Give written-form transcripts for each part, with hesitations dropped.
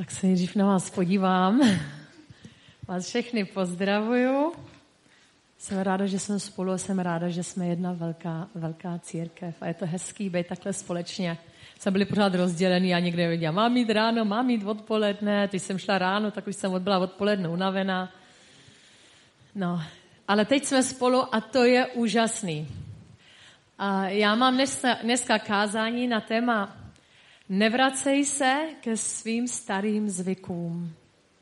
Tak se nejdřív na vás podívám. Vás všechny pozdravuju. Jsem ráda, že jsme spolu, jsem ráda, že jsme jedna velká církev. A je to hezký být takhle společně. Jsme byli pořád rozdělený a někde věděla, mám jít ráno, mám jít odpoledne. Když jsem šla ráno, tak už jsem byla odpoledne unavená. No, ale teď jsme spolu a to je úžasný. A já mám dneska kázání na téma Nevracej se ke svým starým zvykům.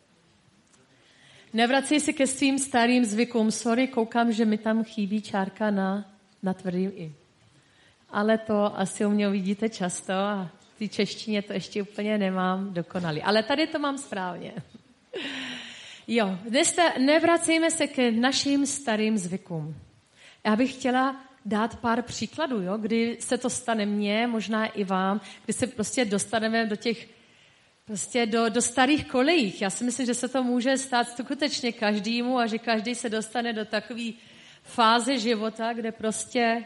Nevracej se ke svým starým zvykům. Sorry, koukám, že mi tam chybí čárka na tvrdým i. Ale to asi u mě vidíte často a v té češtině to ještě úplně nemám dokonalý. Ale tady to mám správně. Jo, dnes nevracejme se ke našim starým zvykům. Já bych chtěla dát pár příkladů, jo, kdy se to stane mně, možná i vám, kdy se prostě dostaneme do těch prostě do starých kolejích. Já si myslím, že se to může stát skutečně každému a že každý se dostane do takové fáze života, kde prostě,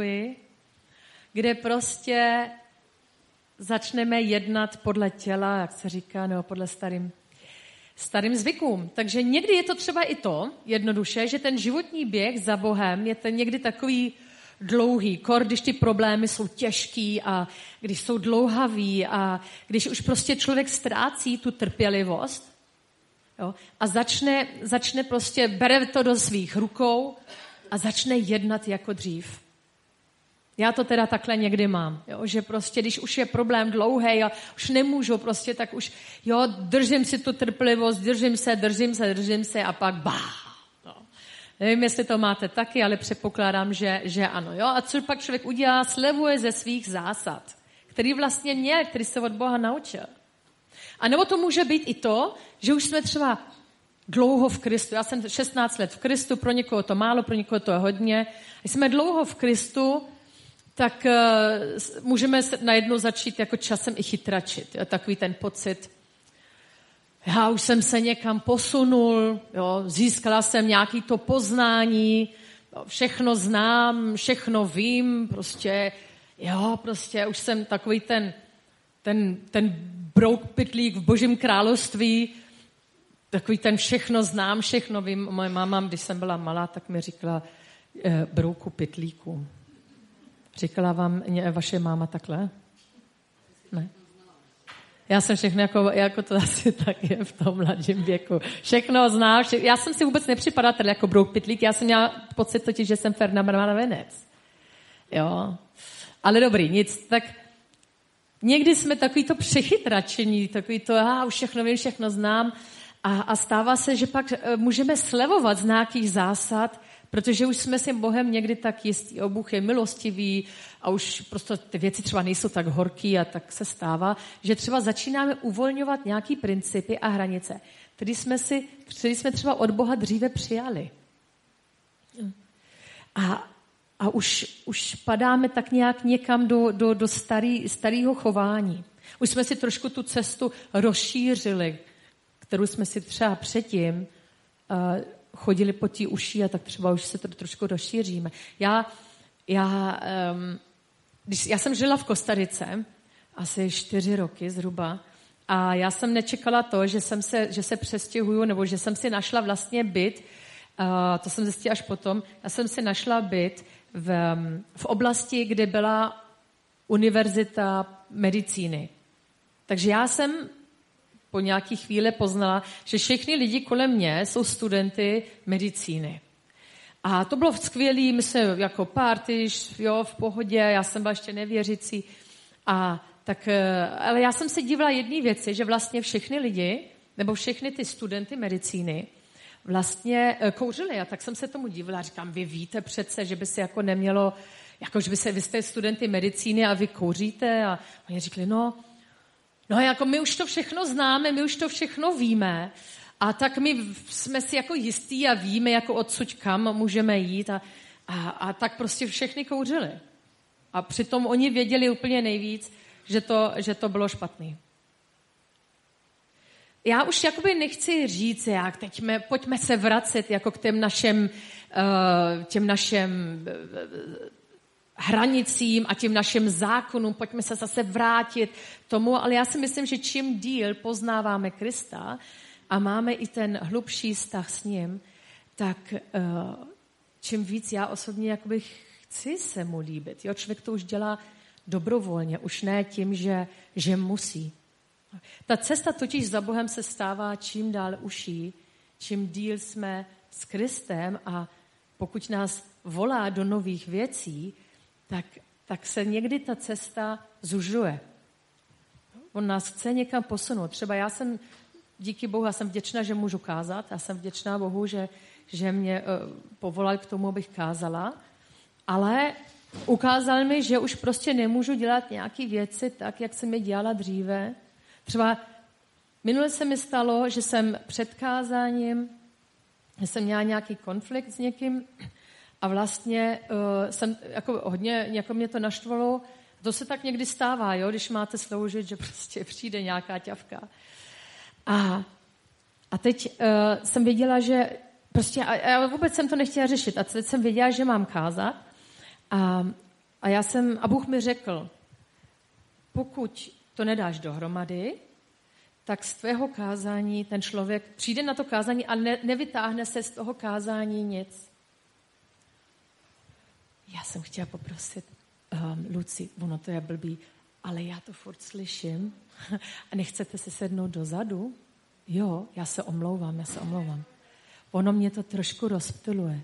kde prostě začneme jednat podle těla, jak se říká, nebo podle starým zvykům. Takže někdy je to třeba i to, jednoduše, že ten životní běh za Bohem je ten někdy takový dlouhý, když ty problémy jsou těžký a když jsou dlouhavý a když už prostě člověk ztrácí tu trpělivost, jo, a začne prostě, bere to do svých rukou a začne jednat jako dřív. Já to teda takhle někdy mám, jo, že prostě, když už je problém dlouhý a už nemůžu prostě, tak už, jo, držím si tu trpělivost, držím se a pak Nevím, jestli to máte taky, ale předpokládám, že ano. Jo? A co pak člověk udělá? Slevuje ze svých zásad, který vlastně měl, který se od Boha naučil. A nebo to může být i to, že už jsme třeba dlouho v Kristu. Já jsem 16 let v Kristu, pro někoho to málo, pro někoho to je hodně. Když jsme dlouho v Kristu, tak můžeme najednou začít jako časem i chytračit. Jo? Takový ten pocit, já už jsem se někam posunul, jo, získala jsem nějaké to poznání, jo, všechno znám, všechno vím, prostě už jsem takový ten brouk pytlík v Božím království, takový ten všechno znám, všechno vím. Moje máma, když jsem byla malá, tak mi říkala brouku pytlíku. Říkala vám vaše máma takhle? Ne. Já jsem všechno, jako to asi tak je v tom mladším věku. Všechno znám. Já jsem si vůbec nepřipadala tady jako brouk pytlík. Já jsem měla pocit totiž, že jsem Ferdinand Venec. Jo. Ale dobrý, nic. Tak někdy jsme takový to přechytračení, takový to, už všechno vím, všechno znám. A stává se, že pak můžeme slevovat z nějakých zásad, protože už jsme si Bohem někdy tak jistí. Bůh je milostivý a už prostě ty věci třeba nejsou tak horký a tak se stává, že třeba začínáme uvolňovat nějaký principy a hranice, které jsme třeba od Boha dříve přijali. A už padáme tak nějak někam do starého chování. Už jsme si trošku tu cestu rozšířili, kterou jsme si třeba předtím chodili po tí uši a tak třeba už se to trošku rozšíříme. Já jsem žila v Kostarice asi 4 roky zhruba a já jsem nečekala to, že se přestěhuju nebo že jsem si našla vlastně byt, to jsem zjistila až potom, já jsem si našla byt v oblasti, kde byla univerzita medicíny. Takže já jsem po nějaký chvíli poznala, že všechny lidi kolem mě jsou studenty medicíny. A to bylo skvělý, my jsme jako party, jo, v pohodě, já jsem byla ještě nevěřící. Ale já jsem se dívala jedné věci, že vlastně všechny lidi, nebo všechny ty studenty medicíny vlastně kouřili. A tak jsem se tomu dívala a říkám, vy víte přece, že by se jako nemělo, jako že vy jste studenty medicíny a vy kouříte. A oni říkali, no jako my už to všechno známe, my už to všechno víme a tak my jsme si jako jistí a víme, jako odsud kam můžeme jít a tak prostě všechny kouřili. A přitom oni věděli úplně nejvíc, že to bylo špatný. Já už jakoby nechci říct, jak pojďme se vracet jako k těm našem hranicím a tím našim zákonům, pojďme se zase vrátit tomu, ale já si myslím, že čím díl poznáváme Krista a máme i ten hlubší vztah s ním, tak čím víc já osobně jakoby chci se mu líbit. Jo? Člověk to už dělá dobrovolně, už ne tím, že musí. Ta cesta totiž za Bohem se stává čím dál užší, čím díl jsme s Kristem a pokud nás volá do nových věcí, tak se někdy ta cesta zužuje. On nás chce někam posunout. Třeba já jsem, díky Bohu, já jsem vděčná, že můžu kázat. Já jsem vděčná Bohu, že mě povolal k tomu, abych kázala. Ale ukázal mi, že už prostě nemůžu dělat nějaké věci tak, jak jsem je dělala dříve. Třeba minule se mi stalo, že jsem před kázáním, že jsem měla nějaký konflikt s někým a vlastně jsem jako hodně, jako mě to naštvalo. To se tak někdy stává, jo, když máte sloužit, že prostě přijde nějaká ťavka. A teď jsem věděla, že prostě, a já vůbec jsem to nechtěla řešit. A teď jsem věděla, že mám kázat. A Bůh mi řekl, pokud to nedáš dohromady, tak z tvého kázání ten člověk přijde na to kázání a nevytáhne se z toho kázání nic. Já jsem chtěla poprosit, Luci, ono to je blbý, ale já to furt slyším a nechcete se sednout dozadu? Jo, já se omlouvám. Ono mě to trošku rozptyluje.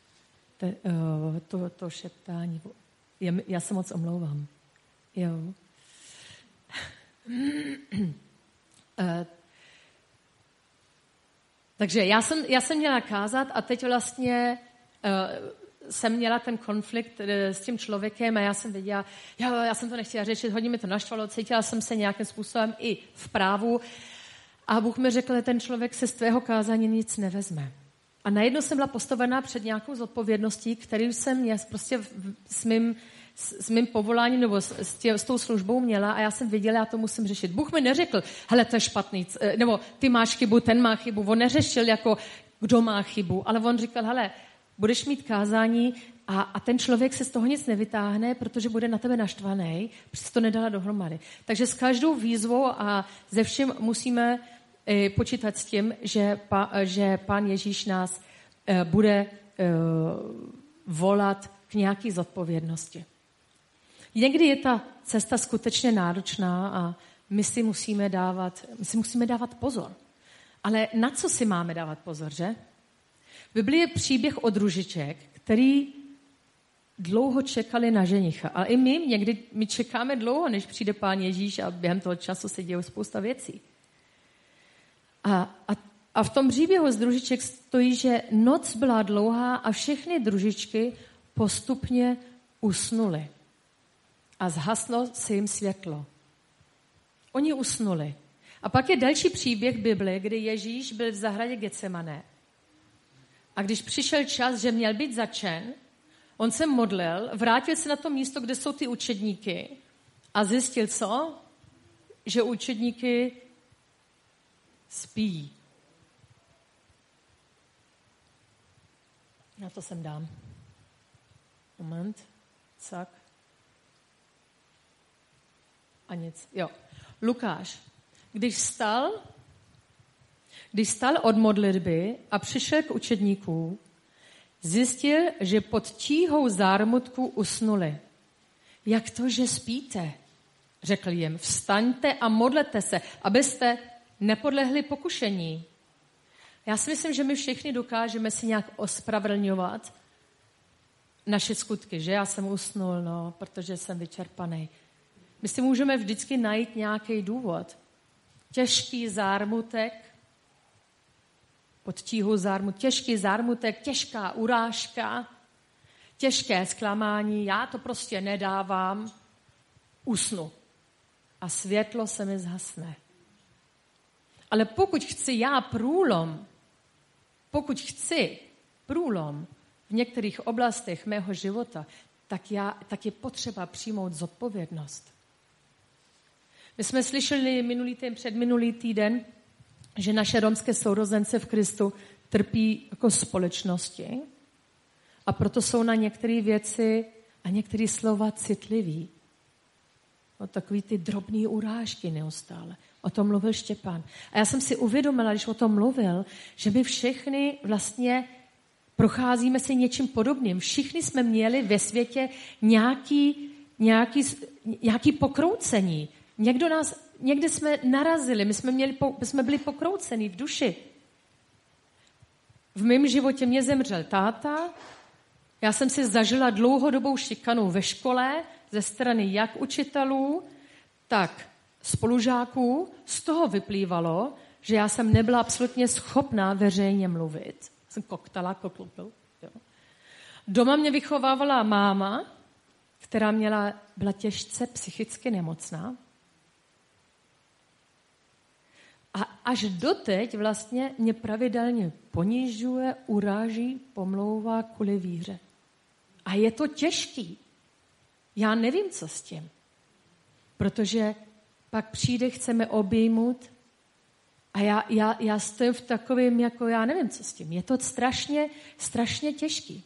To šeptání. Já se moc omlouvám. Jo. Takže já jsem měla kázat a teď vlastně jsem měla ten konflikt s tím člověkem a já jsem věděla, já jsem to nechtěla řešit, hodně mi to naštvalo, cítila jsem se nějakým způsobem i v právu a Bůh mi řekl, že ten člověk se z tvého kázání nic nevezme. A najednou jsem byla postavená před nějakou zodpovědností, kterou jsem mě prostě s mým povoláním nebo s tou službou měla a já jsem věděla, já to musím řešit. Bůh mi neřekl, hele, to je špatný, nebo ty máš chybu, ten má chybu. On neřešil jako, kdo má chybu, ale on říkal, hele, budeš mít kázání a ten člověk se z toho nic nevytáhne, protože bude na tebe naštvaný, protože jsi to nedala dohromady. Takže s každou výzvou a ze vším musíme počítat s tím, že Pán Ježíš nás bude volat k nějaké zodpovědnosti. Někdy je ta cesta skutečně náročná a my si musíme dávat pozor. Ale na co si máme dávat pozor, že? V Biblii je příběh od družiček, který dlouho čekali na ženicha. Ale i my čekáme dlouho, než přijde Pán Ježíš a během toho času se děje spousta věcí. A v tom příběhu z družiček stojí, že noc byla dlouhá a všechny družičky postupně usnuly. A zhaslo se jim světlo. Oni usnuli. A pak je další příběh Bible, kdy Ježíš byl v zahradě Getsemane. A když přišel čas, že měl být zatčen, on se modlil, vrátil se na to místo, kde jsou ty učedníky a zjistil co? Že učedníky spí. Na to sem dám. Moment. Cak. A nic. Jo. Lukáš. Když stal od modlitby a přišel k učedníků, zjistil, že pod tíhou zármutku usnuli. Jak to, že spíte? Řekl jim, vstaňte a modlete se, abyste nepodlehli pokušení. Já si myslím, že my všichni dokážeme si nějak ospravedlňovat naše skutky, že já jsem usnul, protože jsem vyčerpaný. My si můžeme vždycky najít nějaký důvod. Těžký zármutek, pod tíhou zármutek, těžký zármutek, těžká urážka, těžké zklamání, já to prostě nedávám, usnu. A světlo se mi zhasne. Ale pokud chci průlom v některých oblastech mého života, tak je potřeba přijmout zodpovědnost. My jsme slyšeli předminulý týden, že naše romské sourozence v Kristu trpí jako společnosti a proto jsou na některé věci a některé slova citlivý. No, takový ty drobné urážky neustále. O tom mluvil Štěpán. A já jsem si uvědomila, když o tom mluvil, že my všechny vlastně procházíme si něčím podobným. Všichni jsme měli ve světě nějaký pokroucení. Někde jsme narazili, my jsme byli pokroucení v duši. V mém životě mě zemřel táta, já jsem si zažila dlouhodobou šikanu ve škole ze strany jak učitelů, tak spolužáků. Z toho vyplývalo, že já jsem nebyla absolutně schopná veřejně mluvit. Jsem koktala. Doma mě vychovávala máma, která byla těžce psychicky nemocná. A až doteď vlastně mě pravidelně ponižuje, uráží, pomlouvá kvůli víře. A je to těžký. Já nevím, co s tím. Protože pak přijde, chceme obejmout a já stojím v takovém, jako já nevím, co s tím. Je to strašně těžký.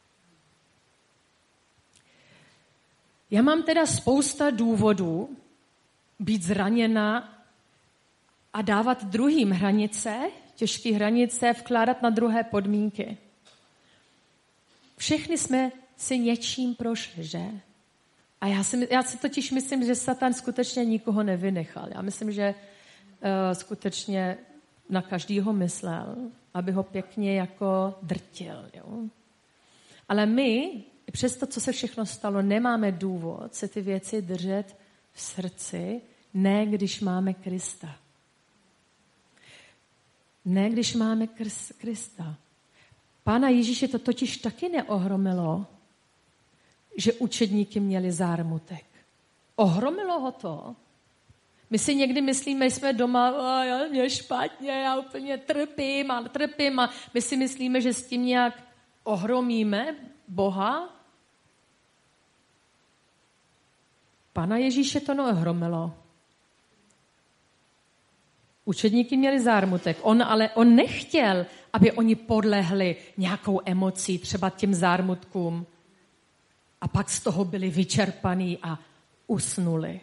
Já mám teda spousta důvodů být zraněna a dávat druhým hranice, těžké hranice, vkládat na druhé podmínky. Všechny jsme si něčím prošli, že? A já si totiž myslím, že Satan skutečně nikoho nevynechal. Já myslím, že skutečně na každýho myslel, aby ho pěkně jako drtil. Jo? Ale my, přes to, co se všechno stalo, nemáme důvod se ty věci držet v srdci, ne když máme Krista. Ne když máme Krista. Pána Ježíše to totiž taky neohromilo, že učedníky měli zármutek. Ohromilo ho to. My si někdy myslíme, jsme doma, mě špatně, já úplně trpím a my si myslíme, že s tím nějak ohromíme Boha. Pána Ježíše to neohromilo. Učedníky měli zármutek. On nechtěl, aby oni podlehli nějakou emocí, třeba těm zármutkům. A pak z toho byli vyčerpaní a usnuli.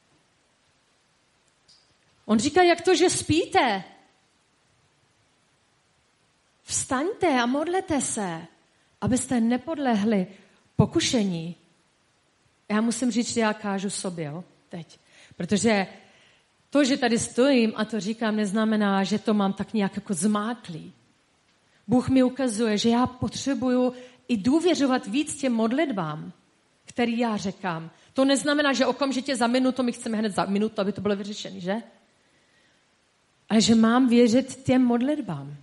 On říká, jak to, že spíte? Vstaňte a modlete se, abyste nepodlehli pokušení. Já musím říct, že já kážu sobě, jo, teď. Protože to, že tady stojím a to říkám, neznamená, že to mám tak nějak jako zmáklý. Bůh mi ukazuje, že já potřebuju i důvěřovat víc těm modlitbám, který já řekám. To neznamená, že okamžitě za minutu, my chceme hned za minutu, aby to bylo vyřešené, že? Ale že mám věřit těm modlitbám.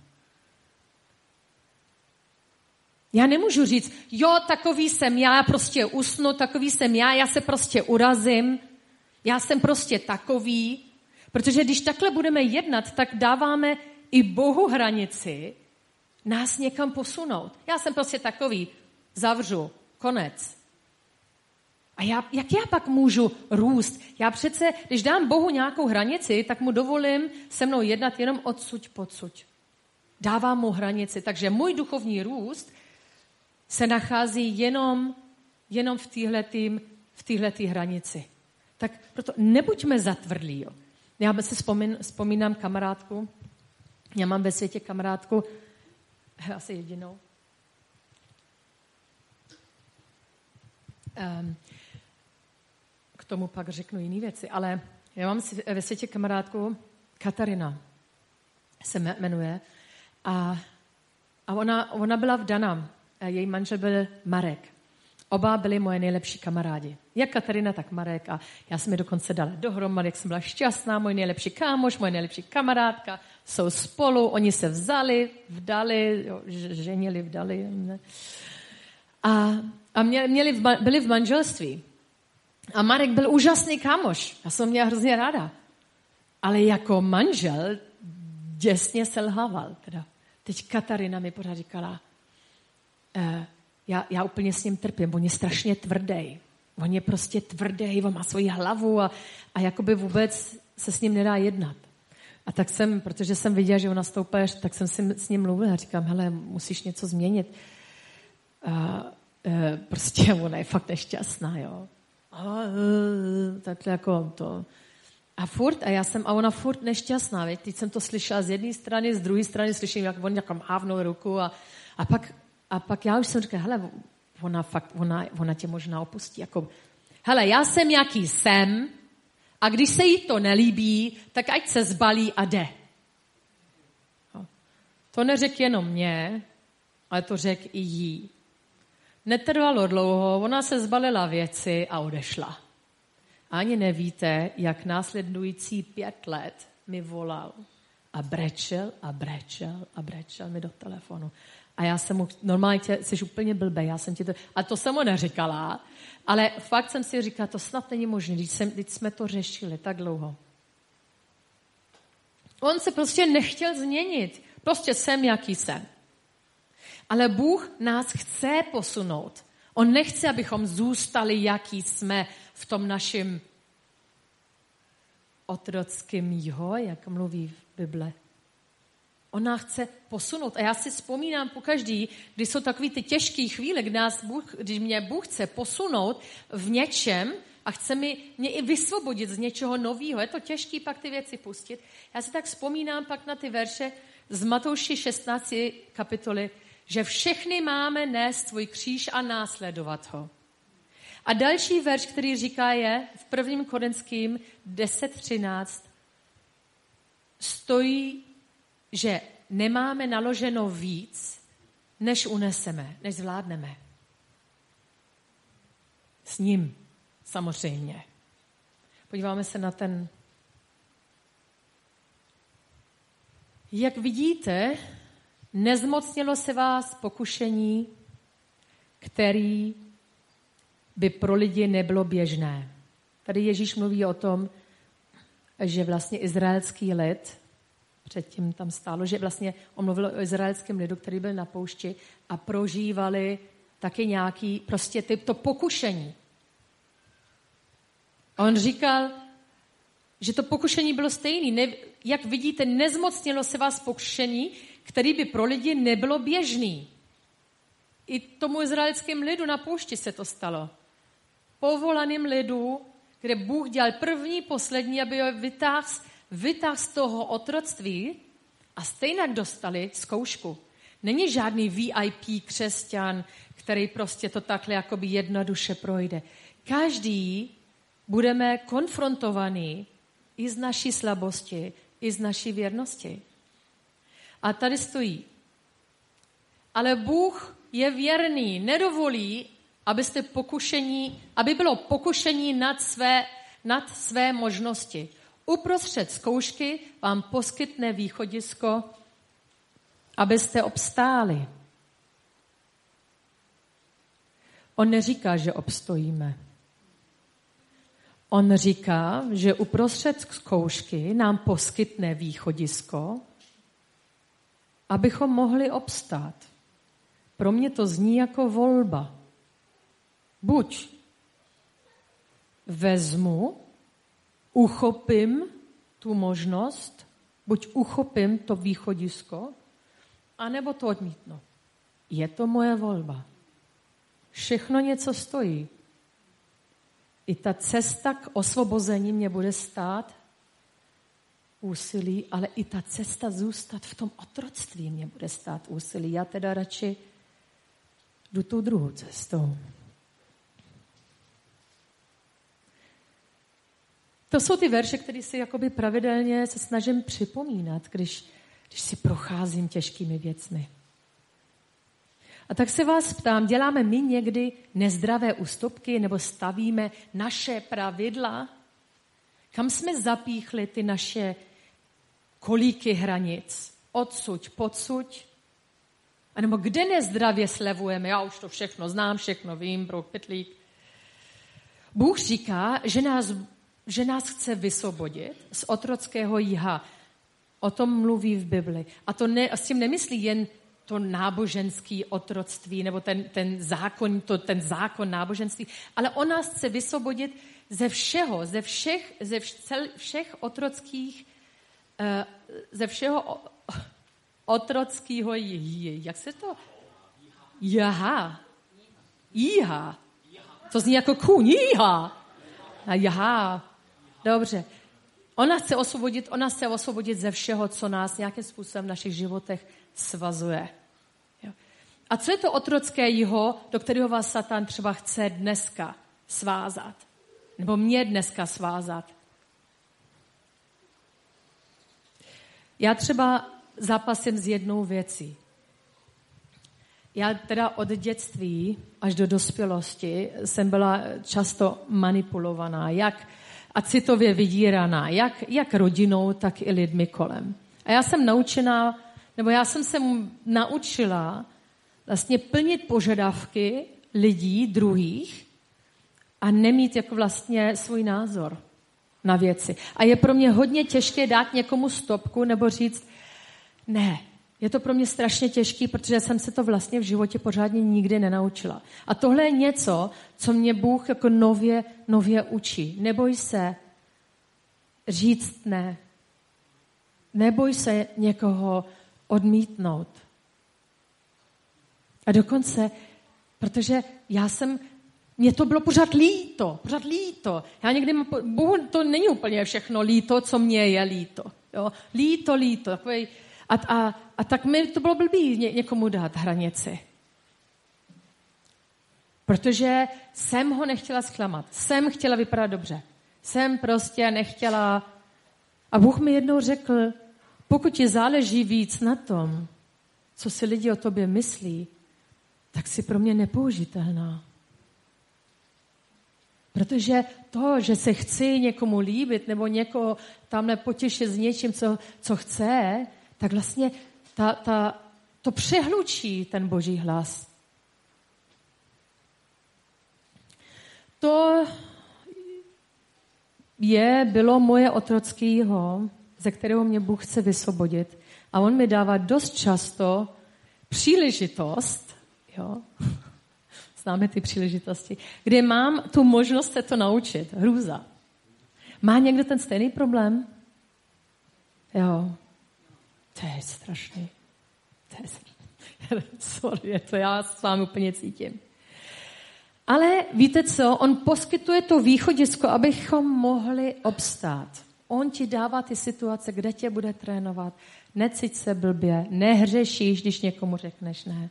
Já nemůžu říct, jo, takový jsem já prostě usnu, takový jsem já se prostě urazím, já jsem prostě takový, protože když takhle budeme jednat, tak dáváme i Bohu hranici nás někam posunout. Já jsem prostě takový, zavřu, konec. A jak já pak můžu růst? Já přece, když dám Bohu nějakou hranici, tak mu dovolím se mnou jednat jenom odsuť pocud. Dávám mu hranici, takže můj duchovní růst se nachází jenom v téhletý hranici. Tak proto nebuďme zatvrdlí. Jo. Já si vzpomínám kamarádku, já mám ve světě kamarádku, asi jedinou. K tomu pak řeknu jiné věci, ale já mám ve světě kamarádku Katarina, se jmenuje, a ona byla vdaná. Její manžel byl Marek. Oba byli moje nejlepší kamarádi. Jak Katarina, tak Marek. A já jsem je dokonce dala dohromady, jak jsem byla šťastná. Můj nejlepší kámoš, moje nejlepší kamarádka jsou spolu. Oni se vdali, ženili, vdali. Ne? A byli v manželství. A Marek byl úžasný kámoš. Já jsem měla hrozně ráda. Ale jako manžel děsně selhával. Teda. Teď Katarina mi pořád říkala, já úplně s ním trpím, on je strašně tvrdý. On je prostě tvrdý, on má svoji hlavu a jakoby vůbec se s ním nedá jednat. A tak protože jsem viděla, že ona stoupá, tak jsem si s ním mluvila a říkám, hele, musíš něco změnit. prostě ona je fakt nešťastná, jo. Takhle jako to. A ona furt nešťastná, veď? Teď jsem to slyšela z jedné strany, z druhé strany slyším, jak on jako mávnul ruku a pak já už jsem říkala, hele, ona tě možná opustí, jako, hele, já jsem jaký jsem a když se jí to nelíbí, tak ať se zbalí a jde. To neřek jenom mě, ale to řek i jí. Netrvalo dlouho, ona se zbalila věci a odešla. Ani nevíte, jak následující 5 let mi volal a brečel mi do telefonu. A já jsem mu, normálně jsi úplně blbej, já jsem ti to, a to jsem mu neříkala, ale fakt jsem si říkala, to snad není možné, když jsme to řešili tak dlouho. On se prostě nechtěl změnit, prostě jsem, jaký jsem. Ale Bůh nás chce posunout. On nechce, abychom zůstali, jaký jsme v tom našem otrockém jího, jak mluví v Bible. On nás chce posunout. A já si vzpomínám pokaždý, když jsou takové ty těžké chvíle, když mě Bůh chce posunout v něčem a chce mě i vysvobodit z něčeho nového. Je to těžké pak ty věci pustit. Já si tak vzpomínám pak na ty verše z Matouši 16. kapitoly, že všechny máme nést svůj kříž a následovat ho. A další verš, který říká je v 1. Korinským 10:13, stojí, že nemáme naloženo víc, než uneseme, než zvládneme. S ním, samozřejmě. Podíváme se na ten. Jak vidíte, nezmocnilo se vás pokušení, který by pro lidi nebylo běžné. Tady Ježíš mluví o tom, že vlastně izraelský lid, předtím tam stálo, že vlastně on mluvil o izraelském lidu, který byl na poušti a prožívali taky nějaký, prostě to pokušení. A on říkal, že to pokušení bylo stejné. Jak vidíte, nezmocnilo se vás pokušení, který by pro lidi nebylo běžný. I tomu izraelskému lidu na poušti se to stalo. Povolaným lidu, kde Bůh dělal první, poslední, aby ho vytáhl z toho otroctví a stejně dostali zkoušku. Není žádný VIP křesťan, který prostě to takhle jakoby jednoduše projde. Každý budeme konfrontovaní i z naší slabosti, i z naší věrnosti. A tady stojí. Ale Bůh je věrný, nedovolí, aby bylo pokušení nad své možnosti. Uprostřed zkoušky vám poskytne východisko, abyste obstáli. On neříká, že obstojíme. On říká, že uprostřed zkoušky nám poskytne východisko, abychom mohli obstát. Pro mě to zní jako volba. Buď vezmu, uchopím tu možnost, buď uchopím to východisko, anebo to odmítnu. Je to moje volba. Všechno něco stojí. I ta cesta k osvobození mě bude stát úsilí, ale i ta cesta zůstat v tom otroctví mě bude stát úsilí. Já teda radši jdu tou druhou cestou. To jsou ty verše, které si jakoby pravidelně se snažím připomínat, když si procházím těžkými věcmi. A tak se vás ptám, děláme my někdy nezdravé ústupky nebo stavíme naše pravidla? Kam jsme zapíchli ty naše kolíky hranic? Odsuď, podsuď? A nebo kde nezdravě slevujeme? Já už to všechno znám, všechno vím, brouk pytlík. Bůh říká, že nás chce vysvobodit z otrockého jha. O tom mluví v Bibli. A s tím nemyslí jen to náboženský otroctví, nebo ten zákon náboženství, ale on nás chce vysvobodit ze všeho, všech otrockých, ze všeho otrockého, jak se to? Jaha. Jíha. To zní jako kůň. Jíha. A jahá. Dobře. Ona chce osvobodit ze všeho, co nás nějakým způsobem v našich životech svazuje. Jo. A co je to otrocké jiho, do kterého vás Satan třeba chce dneska svázat? Nebo mě dneska svázat? Já třeba zápasím s jednou věcí. Já teda od dětství až do dospělosti jsem byla často manipulovaná, a citově vydíraná, jak rodinou, tak i lidmi kolem. A já jsem se naučila vlastně plnit požadavky lidí, druhých, a nemít jako vlastně svůj názor na věci. A je pro mě hodně těžké dát někomu stopku nebo říct, ne, je to pro mě strašně těžké, protože jsem se to vlastně v životě pořádně nikdy nenaučila. A tohle je něco, co mě Bůh jako nově učí. Neboj se říct ne. Neboj se někoho odmítnout. A dokonce, protože mně to bylo pořád líto. Já někdy Bohu to není úplně všechno líto, co mě je líto. Jo? Líto. Takový, a tak mi to bylo blbý někomu dát hranici. Protože jsem ho nechtěla zklamat. Jsem chtěla vypadat dobře. Jsem prostě nechtěla. A Bůh mi jednou řekl, pokud ti záleží víc na tom, co si lidi o tobě myslí, tak si pro mě nepoužitelná. Protože to, že se chci někomu líbit nebo někoho tamhle potěšit s něčím, co chce, tak vlastně to přehlučí ten Boží hlas. To bylo moje otrockýho, ze kterého mě Bůh chce vysvobodit. A on mi dává dost často příležitost, jo, známe ty příležitosti, kde mám tu možnost se to naučit. Hrůza. Má někdo ten stejný problém? Jo. To je strašný. Sorry, to já s vámi úplně cítím. Ale víte co? On poskytuje to východisko, abychom mohli obstát. On ti dává ty situace, kde tě bude trénovat. Necít se blbě, nehřešíš, když někomu řekneš ne.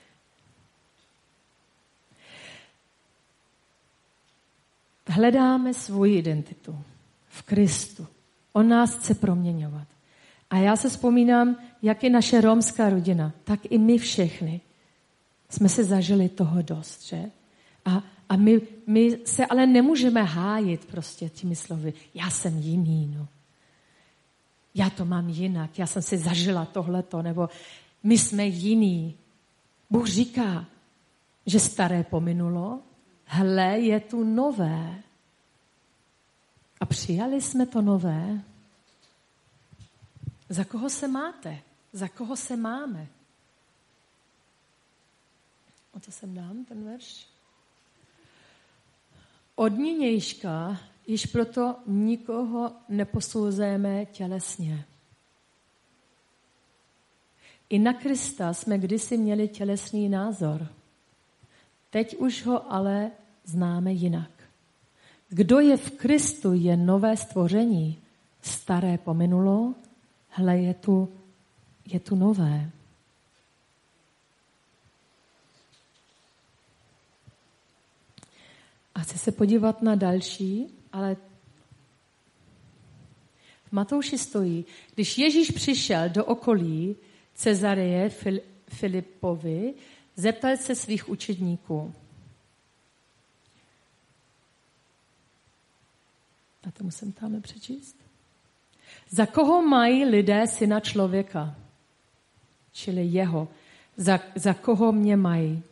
Hledáme svoji identitu v Kristu. On nás chce proměňovat. A já se vzpomínám, jak je naše romská rodina, tak i my všechny jsme se zažili toho dost, že? A my se ale nemůžeme hájit prostě těmi slovy. Já jsem jiný, no. Já to mám jinak, já jsem si zažila tohleto, nebo my jsme jiný. Bůh říká, že staré pominulo, hle, je tu nové. A přijali jsme to nové. Za koho se máte? Za koho se máme? O to sem dám, ten verš. Od nynějška již proto nikoho neposouzujeme tělesně. I na Krista jsme kdysi měli tělesný názor. Teď už ho ale známe jinak. Kdo je v Kristu, je nové stvoření. Staré pominulo, hle, je tu nové. A chci se podívat na další, ale v Matouši stojí, když Ježíš přišel do okolí Cezareje Filipovi, zeptal se svých učedníků. A to musím tam přečíst. Za koho mají lidé syna člověka? Čili jeho. Za koho mě mají?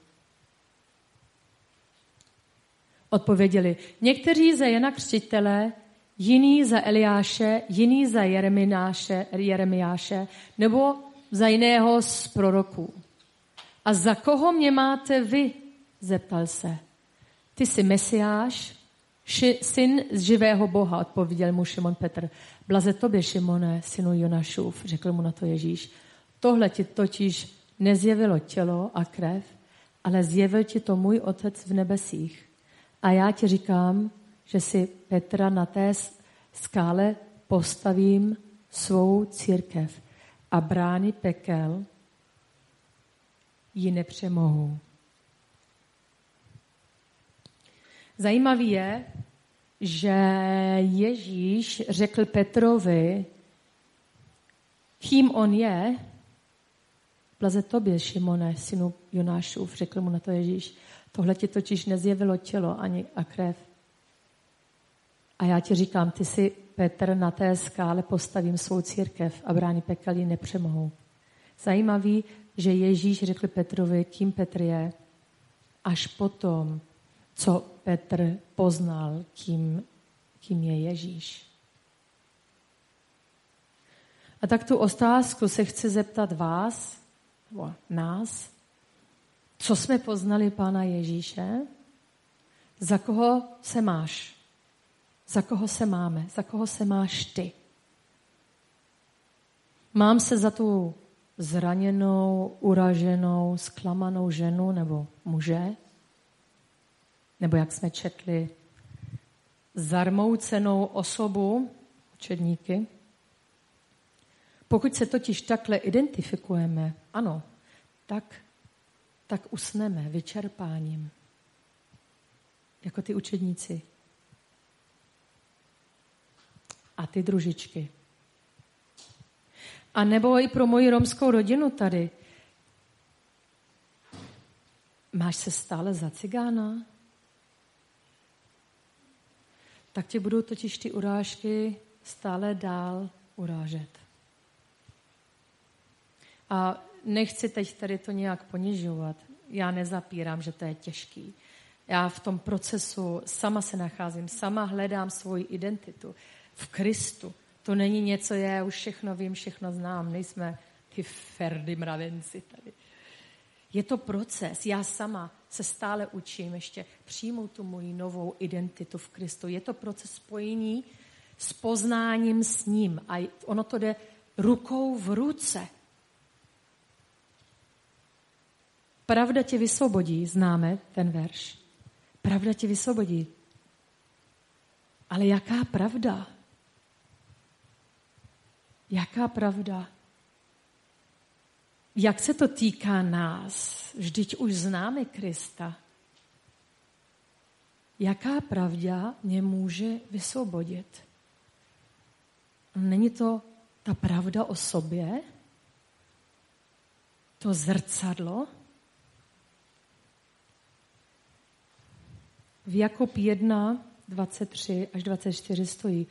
Odpověděli, někteří za Jana Křtitele, jiní za Eliáše, jiní za Jeremiáše, nebo za jiného z proroků. A za koho mě máte vy? Zeptal se. Ty jsi Mesiáš, syn z živého Boha, odpověděl mu Šimon Petr. Blaze tobě, Šimone, synu Jonášův, řekl mu na to Ježíš. Tohle ti totiž nezjevilo tělo a krev, ale zjevil ti to můj Otec v nebesích. A já ti říkám, že si Petra na té skále postavím svou církev a brány pekel ji nepřemohou. Zajímavý je, že Ježíš řekl Petrovi, kým on je. Blaze tobě, Šimone, synu Jonášův, řekl mu na to Ježíš. Tohle ti totiž nezjevilo tělo ani a krev. A já ti říkám, ty si Petr, na té skále postavím svou církev a brány pekel ji nepřemohou. Zajímavý, že Ježíš řekl Petrovi, kým Petr je, až potom, co Petr poznal, kým je Ježíš. A tak tu otázku se chci zeptat vás, nebo nás, co jsme poznali Pána Ježíše, za koho se máš, za koho se máme, za koho se máš ty. Mám se za tu zraněnou, uraženou, zklamanou ženu nebo muže, nebo jak jsme četli, zarmoucenou osobu, učedníky. Pokud se totiž takhle identifikujeme, ano, tak usneme vyčerpáním, jako ty učedníci. A ty družičky. A nebo i pro moji romskou rodinu tady. Máš se stále za cigána? Tak tě budou totiž ty urážky stále dál urážet. A nechci teď tady to nějak ponižovat. Já nezapírám, že to je těžký. Já v tom procesu sama se nacházím, sama hledám svoji identitu v Kristu. To není něco, já už všechno vím, všechno znám. Nejsme ty Ferdy mravenci tady. Je to proces. Já sama se stále učím ještě přijmout tu moji novou identitu v Kristu. Je to proces spojení s poznáním s ním. A ono to jde rukou v ruce. Pravda tě vysvobodí, známe ten verš. Pravda tě vysvobodí. Ale jaká pravda? Jaká pravda? Jak se to týká nás? Vždyť už známe Krista. Jaká pravda mě může vysvobodit? Není to ta pravda o sobě? To zrcadlo? V Jakub 1, 23 až 24 stojí.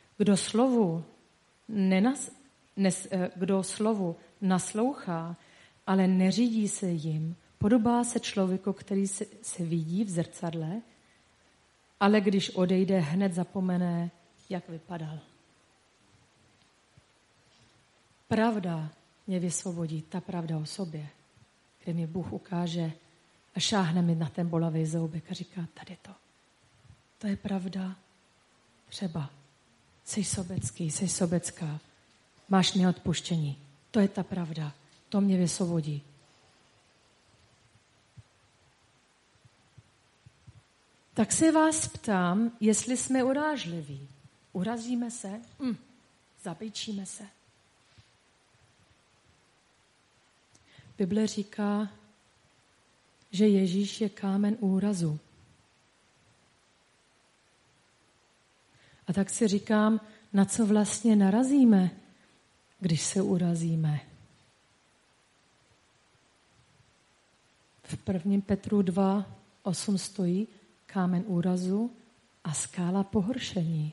Kdo slovu naslouchá, ale neřídí se jim, podobá se člověku, který se vidí v zrcadle, ale když odejde, hned zapomene, jak vypadal. Pravda mě vysvobodí, ta pravda o sobě, kde mi Bůh ukáže a šáhne mi na ten bolavý zoubek a říká, tady to. To je pravda. Třeba. Jsi sobecký, jsi sobecká. Máš neodpuštění. To je ta pravda. To mě vysvobodí. Tak se vás ptám, jestli jsme urážliví. Urazíme se? Zabejčíme se. Bible říká, že Ježíš je kámen úrazu. A tak si říkám, na co vlastně narazíme, když se urazíme. V 1. Petru 2, 8 stojí kámen úrazu a skála pohoršení.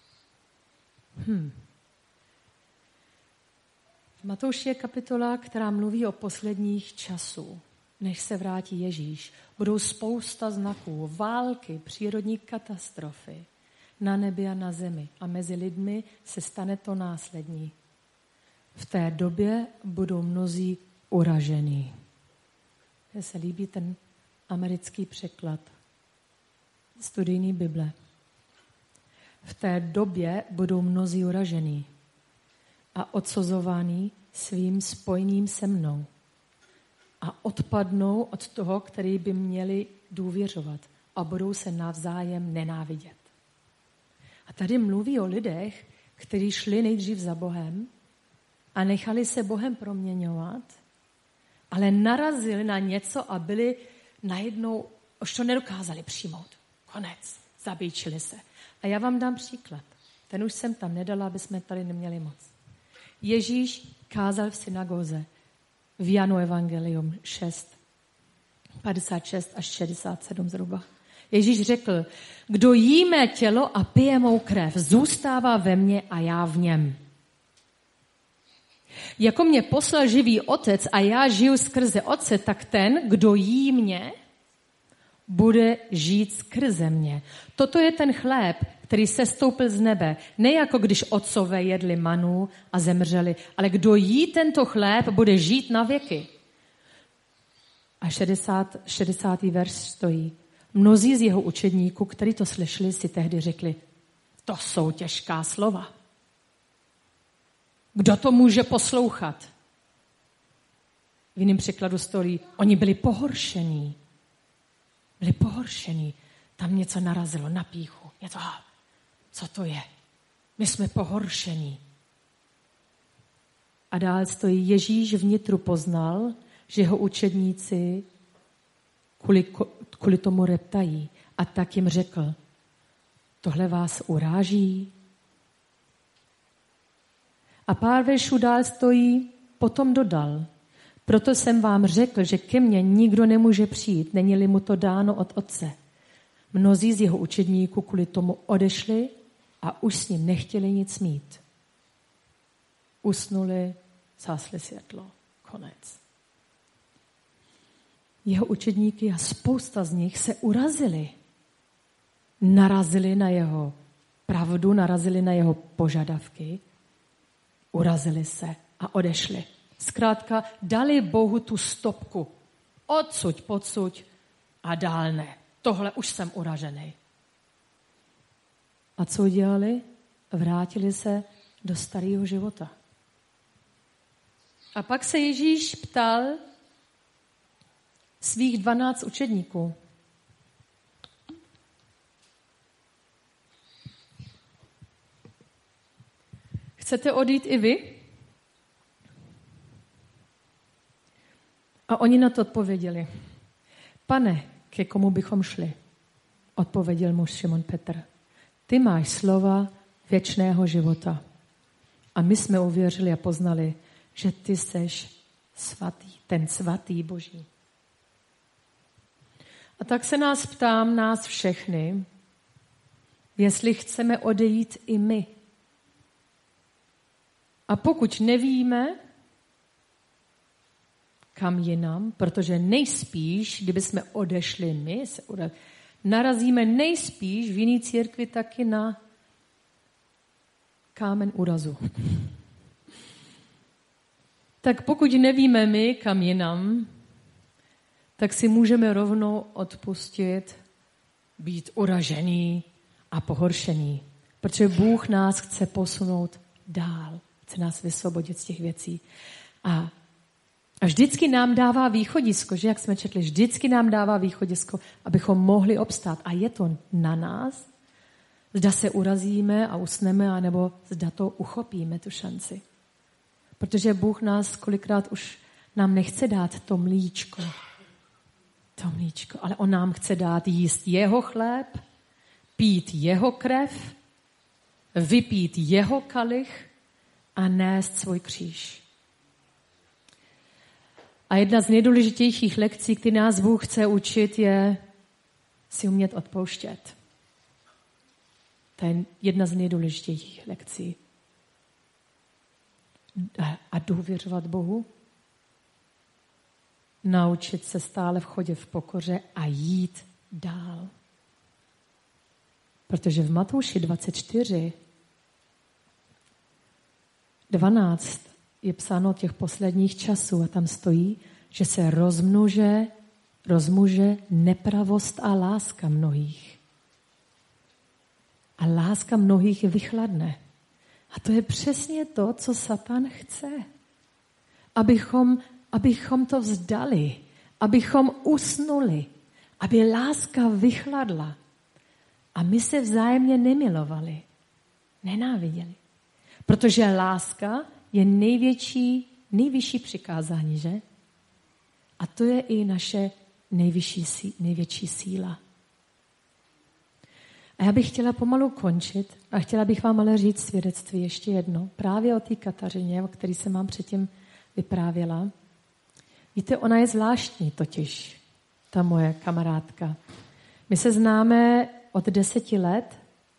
V Matouši je kapitola, která mluví o posledních časů, než se vrátí Ježíš. Budou spousta znaků, války, přírodní katastrofy na nebi a na zemi. A mezi lidmi se stane to následní. V té době budou mnozí uražení. Mně se líbí ten americký překlad studijní Bible. V té době budou mnozí uražení a odsuzovaní svým spojením se mnou. a odpadnou od toho, který by měli důvěřovat a budou se navzájem nenávidět. A tady mluví o lidech, kteří šli nejdřív za Bohem a nechali se Bohem proměňovat, ale narazili na něco a byli najednou, už to nedokázali přijmout. Konec. Zabíčili se. A já vám dám příklad. Ten už jsem tam nedala, aby jsme tady neměli moc. Ježíš kázal v synagoze v Janu Evangelium 6, 56 až 67 zhruba. Ježíš řekl, kdo jí mé tělo a pije mou krev, zůstává ve mně a já v něm. Jako mě poslal živý otec a já žiju skrze otce, tak ten, kdo jí mě, bude žít skrze mě. Toto je ten chléb, který sestoupil z nebe. Ne jako když otcové jedli manu a zemřeli, ale kdo jí tento chléb, bude žít na věky. A 60. verš stojí. Mnozí z jeho učedníků, kteří to slyšeli, si tehdy řekli, to jsou těžká slova. Kdo to může poslouchat? V jiném překladu stojí, oni byli pohoršení. Byli pohoršení. Tam něco narazilo na pýchu. Něco, co to je? My jsme pohoršení. A dál stojí, Ježíš vnitru poznal, že jeho učedníci kvůli tomu reptají. A tak jim řekl, tohle vás uráží? A pár veršů dál stojí, potom dodal, proto jsem vám řekl, že ke mně nikdo nemůže přijít, není-li mu to dáno od Otce. Mnozí z jeho učedníků kvůli tomu odešli a už s ním nechtěli nic mít. Usnuli, zhasli světlo. Konec. Jeho učedníky a spousta z nich se urazili. Narazili na jeho pravdu, narazili na jeho požadavky, urazili se a odešli. Zkrátka dali Bohu tu stopku. Odsuď, podsuď a dál ne. Tohle už jsem uražený. A co udělali? Vrátili se do starého života. A pak se Ježíš ptal svých 12 učedníků. Chcete odjít i vy? A oni na to odpověděli. Pane, ke komu bychom šli? Odpověděl muž Šimon Petr. Ty máš slova věčného života. A my jsme uvěřili a poznali, že ty seš svatý, ten svatý Boží. A tak se nás ptám, nás všechny, jestli chceme odejít i my. A pokud nevíme, kam jinam, protože nejspíš, kdyby jsme odešli my, narazíme nejspíš v jiný církvi taky na kámen úrazu. Tak pokud nevíme my, kam jinam, tak si můžeme rovnou odpustit, být uražený a pohoršený. Protože Bůh nás chce posunout dál. Chce nás vysvobodit z těch věcí. A vždycky nám dává východisko, že jak jsme četli, vždycky nám dává východisko, abychom mohli obstát. A je to na nás, zda se urazíme a usneme, anebo zda to uchopíme, tu šanci. Protože Bůh nás kolikrát už nám nechce dát to mlíčko, ale on nám chce dát jíst jeho chléb, pít jeho krev, vypít jeho kalich a nést svůj kříž. A jedna z nejdůležitějších lekcí, které nás Bůh chce učit, je si umět odpouštět. To je jedna z nejdůležitějších lekcí. A důvěřovat Bohu. Naučit se stále v chodě v pokoře a jít dál. Protože v Matouši 24:12 je psáno o těch posledních časů a tam stojí, že se rozmůže nepravost a láska mnohých. A láska mnohých vychladne. A to je přesně to, co Satan chce. Abychom abychom to vzdali, abychom usnuli, aby láska vychladla a my se vzájemně nemilovali, nenáviděli. Protože láska je nejvyšší přikázání, že? A to je i naše největší síla. A já bych chtěla pomalu končit a chtěla bych vám ale říct svědectví ještě jedno. Právě o té Katařině, o který jsem vám předtím vyprávěla. Víte, ona je zvláštní totiž, ta moje kamarádka. My se známe od 10 let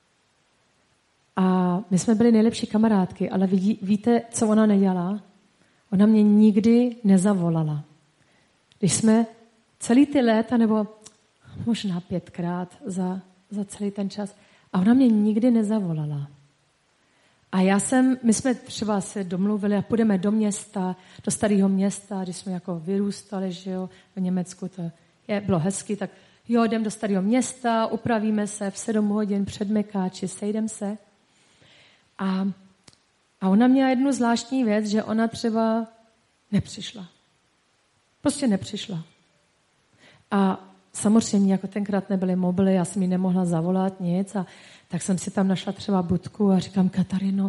a my jsme byli nejlepší kamarádky, ale víte, co ona nedělala? Ona mě nikdy nezavolala. Když jsme celý ty léta, nebo možná 5krát za celý ten čas, a ona mě nikdy nezavolala. A my jsme třeba se domluvili a půjdeme do města, do starého města, když jsme jako vyrůstali, že jo, v Německu to bylo hezky, tak jo, jdem do starého města, upravíme se v 7 hodin před Mekáči, sejdem se. A ona měla jednu zvláštní věc, že ona třeba nepřišla. Prostě nepřišla. A samozřejmě, jako tenkrát nebyly mobily, já jsem jí nemohla zavolat nic, a tak jsem si tam našla třeba budku a říkám, Katarino,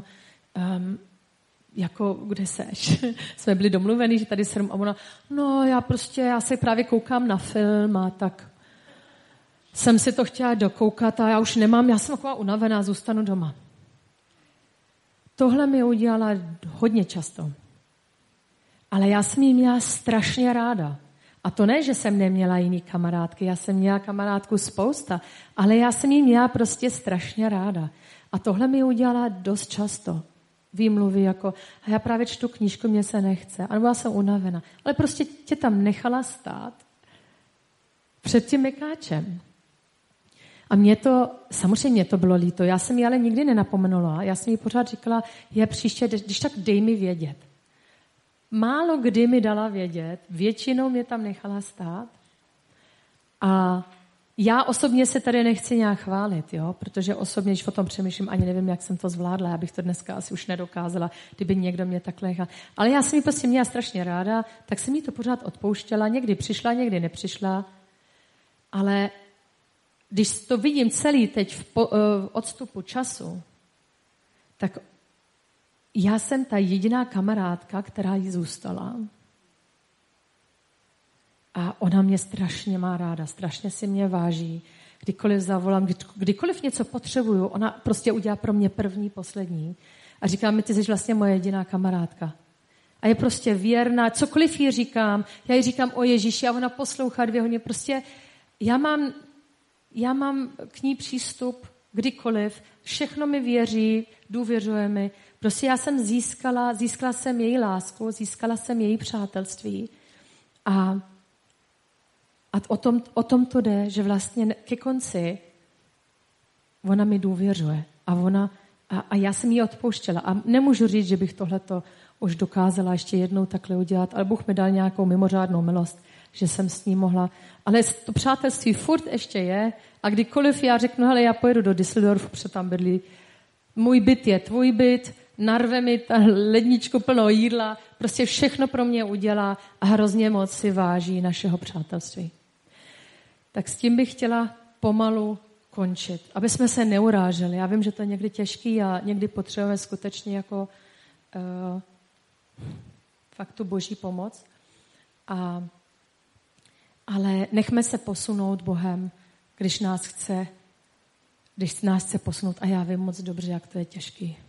jako kde seš? Jsme byli domluveni, že tady jsem, a ona, no já se právě koukám na film a tak jsem si to chtěla dokoukat a já už nemám, já jsem taková unavená, zůstanu doma. Tohle mi udělala hodně často. Ale já jsem jí měla strašně ráda. A to ne, že jsem neměla jiný kamarádky, já jsem měla kamarádku spousta, ale já jsem jí měla prostě strašně ráda. A tohle mi udělala dost často. Výmluvy jako, a já právě čtu knížku, mě se nechce, a byla jsem unavena. Ale prostě tě tam nechala stát před tím Mekáčem. A samozřejmě to bylo líto, já jsem jí ale nikdy nenapomenula, já jsem jí pořád říkala, příště, když tak dej mi vědět. Málo kdy mi dala vědět, většinou mě tam nechala stát. A já osobně se tady nechci nějak chválit, jo? Protože osobně, když o tom přemýšlím, ani nevím, jak jsem to zvládla, já bych to dneska asi už nedokázala, kdyby někdo mě takhle nechal. Ale já jsem ji prostě měla strašně ráda, tak jsem jí to pořád odpouštěla, někdy přišla, někdy nepřišla, ale když to vidím celý teď v odstupu času, tak já jsem ta jediná kamarádka, která jí zůstala. A ona mě strašně má ráda, strašně si mě váží. Kdykoliv zavolám, kdykoliv něco potřebuju, ona prostě udělá pro mě první, poslední. A říká mi, ty jsi vlastně moje jediná kamarádka. A je prostě věrná, cokoliv jí říkám, já jí říkám o Ježíši a ona poslouchá 2 hodiny. Prostě já mám k ní přístup kdykoliv, všechno mi věří, důvěřuje mi. Prostě já jsem získala jsem její lásku, získala jsem její přátelství. A o tom to jde, že vlastně ke konci ona mi důvěřuje. A já jsem jí odpouštěla. A nemůžu říct, že bych tohleto už dokázala ještě jednou takhle udělat, ale Bůh mi dal nějakou mimořádnou milost, že jsem s ní mohla. Ale to přátelství furt ještě je. A kdykoliv já řeknu, hele, já pojedu do Düsseldorfu, protože tam bydlí, můj byt je tvůj byt, narve mi ledničku plnou jídla, prostě všechno pro mě udělá a hrozně moc si váží našeho přátelství. Tak s tím bych chtěla pomalu končit, aby jsme se neuráželi. Já vím, že to je někdy těžký a někdy potřebujeme skutečně jako fakt tu boží pomoc. Ale nechme se posunout Bohem, když nás chce posunout. A já vím moc dobře, jak to je těžký.